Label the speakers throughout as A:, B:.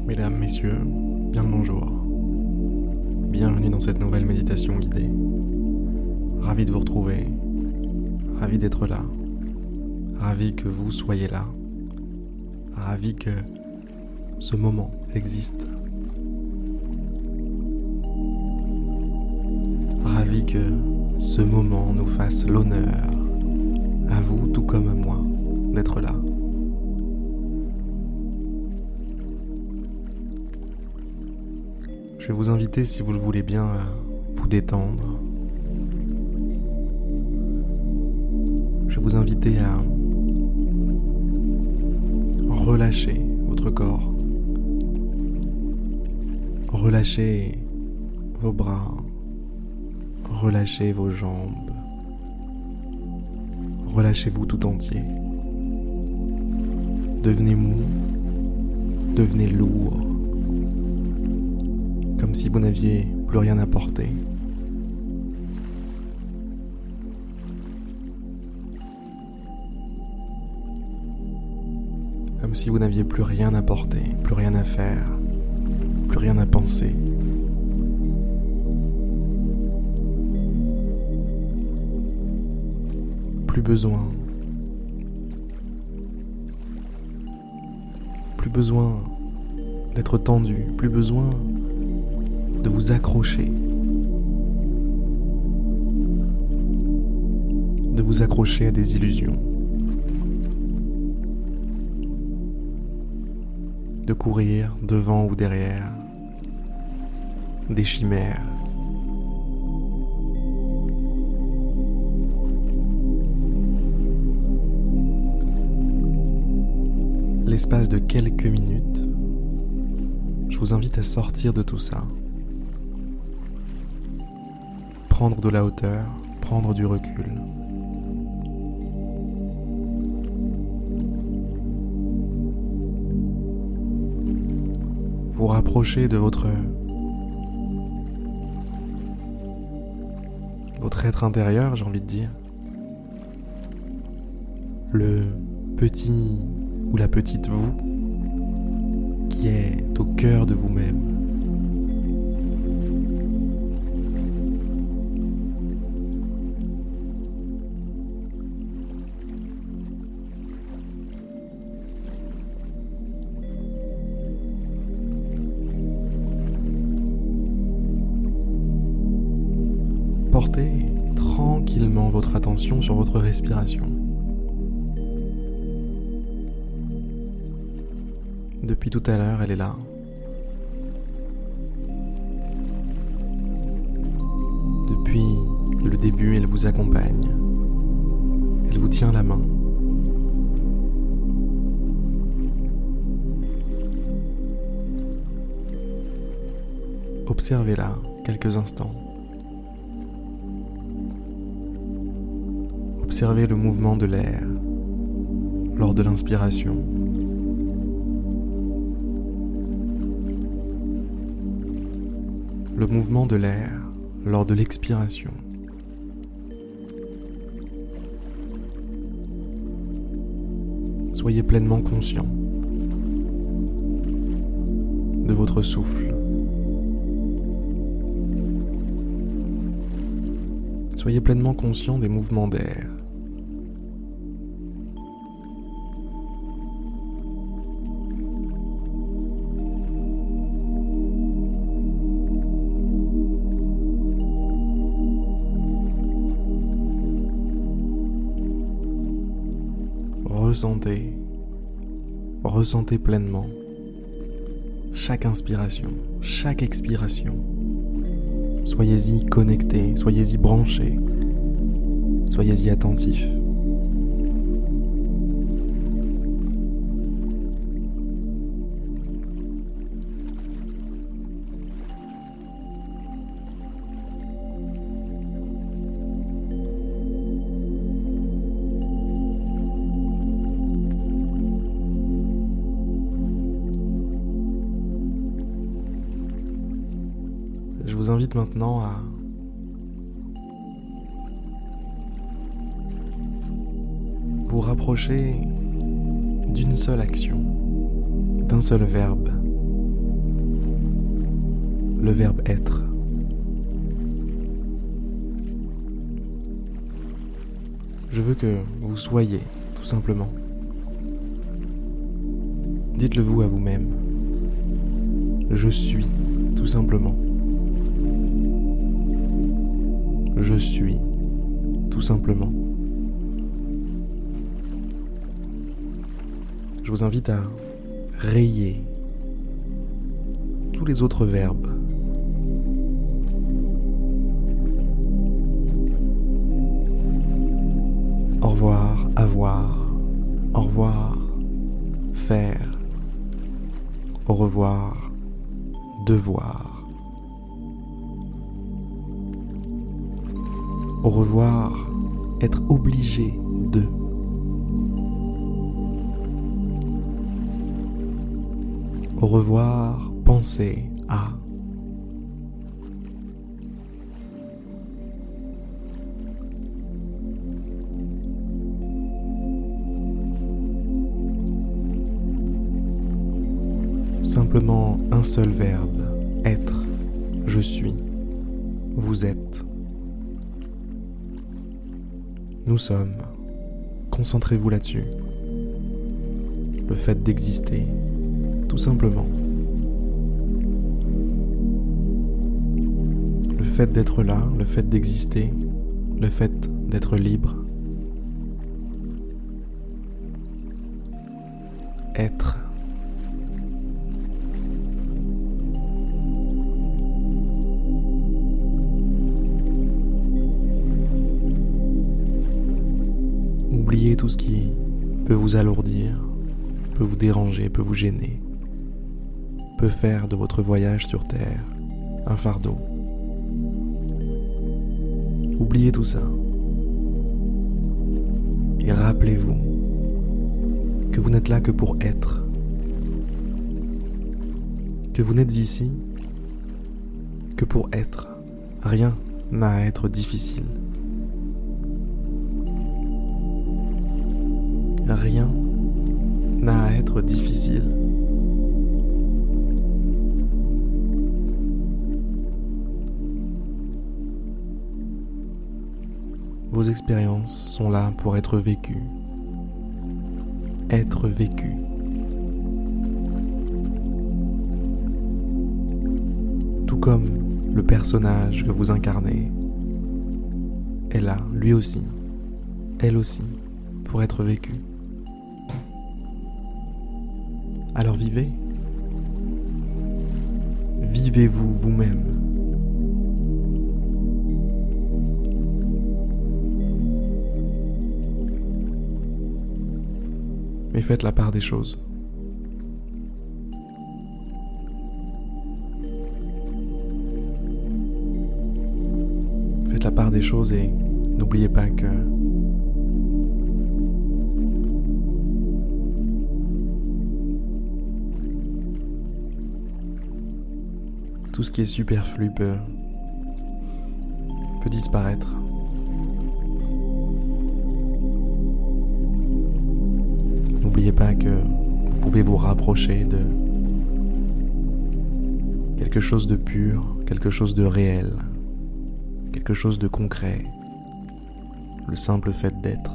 A: Mesdames, Messieurs, bien le bonjour. Bienvenue dans cette nouvelle méditation guidée. Ravi de vous retrouver, ravi d'être là, ravi que vous soyez là, ravi que ce moment existe. Ravi que ce moment nous fasse l'honneur, à vous tout comme à moi, d'être là. Je vais vous inviter, si vous le voulez bien, à vous détendre. Je vais vous inviter à relâcher votre corps. Relâchez vos bras. Relâchez vos jambes. Relâchez-vous tout entier. Devenez mou. Devenez lourd. Comme si vous n'aviez plus rien à porter. Comme si vous n'aviez plus rien à porter, plus rien à faire, plus rien à penser. Plus besoin d'être tendu, plus besoin de vous accrocher, à des illusions, de courir devant ou derrière des chimères. L'espace de quelques minutes, je vous invite à sortir de tout ça. Prendre de la hauteur, prendre du recul. Vous rapprocher de votre être intérieur, j'ai envie de dire. Le petit ou la petite vous qui est au cœur de vous-même. Portez tranquillement votre attention sur votre respiration. Depuis tout à l'heure, elle est là. Depuis le début, elle vous accompagne. Elle vous tient la main. Observez-la quelques instants. Observez le mouvement de l'air lors de l'inspiration. Le mouvement de l'air lors de l'expiration. Soyez pleinement conscient de votre souffle. Soyez pleinement conscient des mouvements d'air. Ressentez pleinement chaque inspiration, chaque expiration. Soyez-y connectés, soyez-y branchés, soyez-y attentifs. Je vous invite maintenant à vous rapprocher d'une seule action, d'un seul verbe, le verbe être. Je veux que vous soyez, tout simplement. Dites-le vous à vous-même. Je suis, tout simplement. Je suis, tout simplement. Je vous invite à rayer tous les autres verbes. Au revoir, avoir, au revoir, faire, au revoir, devoir. Au revoir, être obligé de. Au revoir, penser à. Simplement un seul verbe, être, je suis, vous êtes. Nous sommes, concentrez-vous là-dessus. Le fait d'exister, tout simplement. Le fait d'être là, le fait d'exister, le fait d'être libre. Être. Oubliez tout ce qui peut vous alourdir, peut vous déranger, peut vous gêner, peut faire de votre voyage sur Terre un fardeau. Oubliez tout ça. Et rappelez-vous que vous n'êtes là que pour être. Que vous n'êtes ici que pour être. Rien n'a à être difficile. Rien n'a à être difficile. Vos expériences sont là pour être vécues. Être vécues. Tout comme le personnage que vous incarnez est là, lui aussi, elle aussi, pour être vécu. Alors vivez. Vivez-vous vous-même. Mais faites la part des choses. Faites la part des choses et n'oubliez pas que tout ce qui est superflu peut disparaître. N'oubliez pas que vous pouvez vous rapprocher de quelque chose de pur, quelque chose de réel, quelque chose de concret, le simple fait d'être.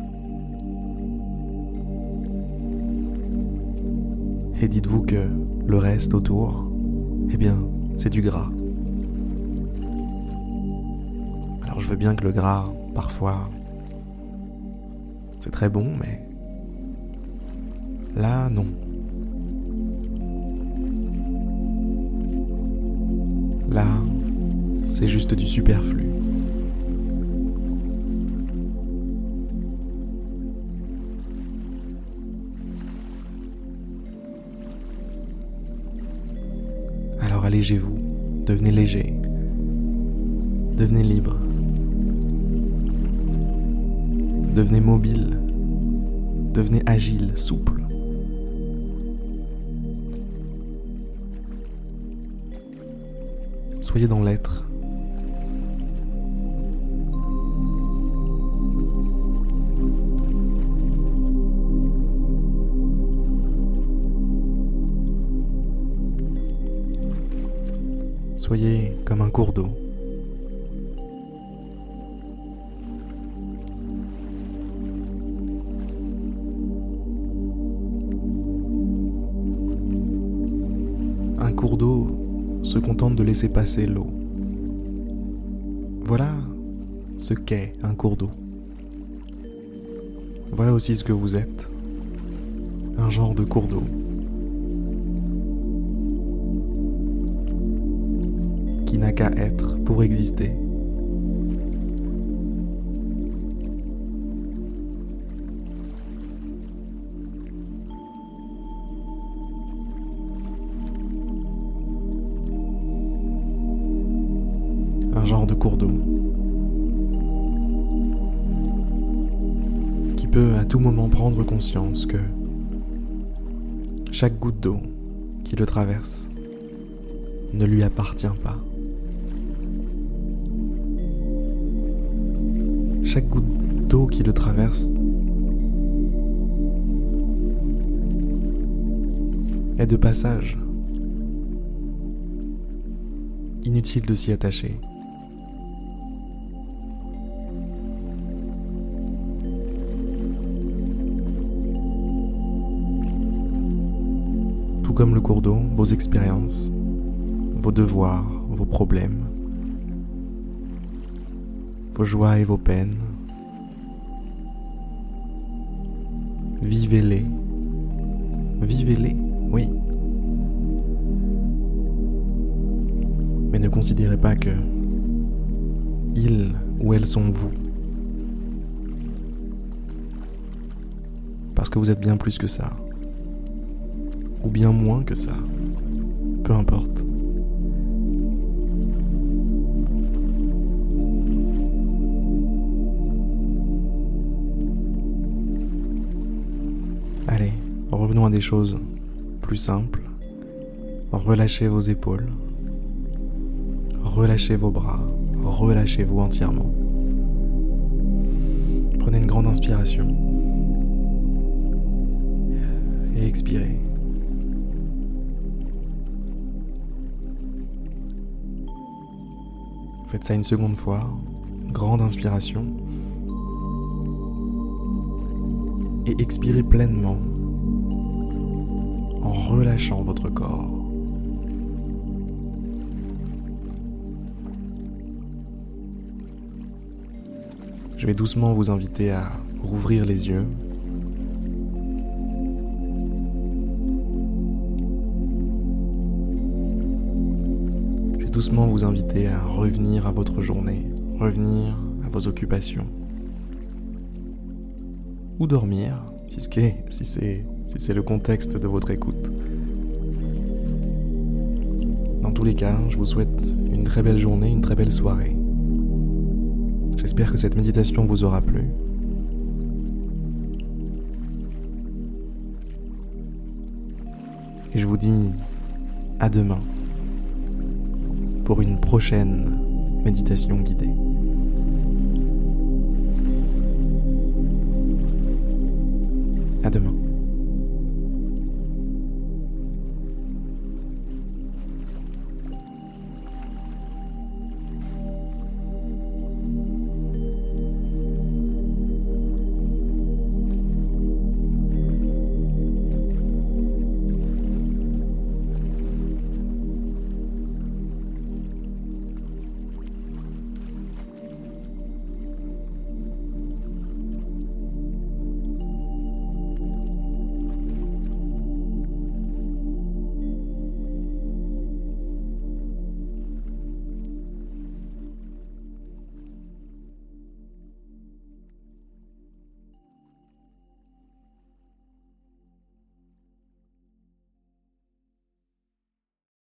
A: Et dites-vous que le reste autour, eh bien, c'est du gras. Alors je veux bien que le gras, parfois, c'est très bon, mais là, non. Là, c'est juste du superflu. Alors allégez-vous, devenez léger, devenez libre, devenez mobile, devenez agile, souple. Soyez dans l'être. Soyez comme un cours d'eau. Un cours d'eau se contente de laisser passer l'eau. Voilà ce qu'est un cours d'eau. Voilà aussi ce que vous êtes. Un genre de cours d'eau. Qui n'a qu'à être pour exister. Un genre de cours d'eau qui peut à tout moment prendre conscience que chaque goutte d'eau qui le traverse ne lui appartient pas. Chaque goutte d'eau qui le traverse est de passage. Inutile de s'y attacher. Tout comme le cours d'eau, vos expériences, vos devoirs, vos problèmes, vos joies et vos peines. Vivez-les. Vivez-les, oui. Mais ne considérez pas que ils ou elles sont vous. Parce que vous êtes bien plus que ça. Ou bien moins que ça. Peu importe. Allez, revenons à des choses plus simples. Relâchez vos épaules. Relâchez vos bras. Relâchez-vous entièrement. Prenez une grande inspiration. Et expirez. Faites ça une seconde fois. Grande inspiration. Et expirez pleinement en relâchant votre corps. Je vais doucement vous inviter à rouvrir les yeux. Je vais doucement vous inviter à revenir à votre journée, revenir à vos occupations. Ou dormir, si c'est le contexte de votre écoute. Dans tous les cas, je vous souhaite une très belle journée, une très belle soirée. J'espère que cette méditation vous aura plu. Et je vous dis à demain pour une prochaine méditation guidée.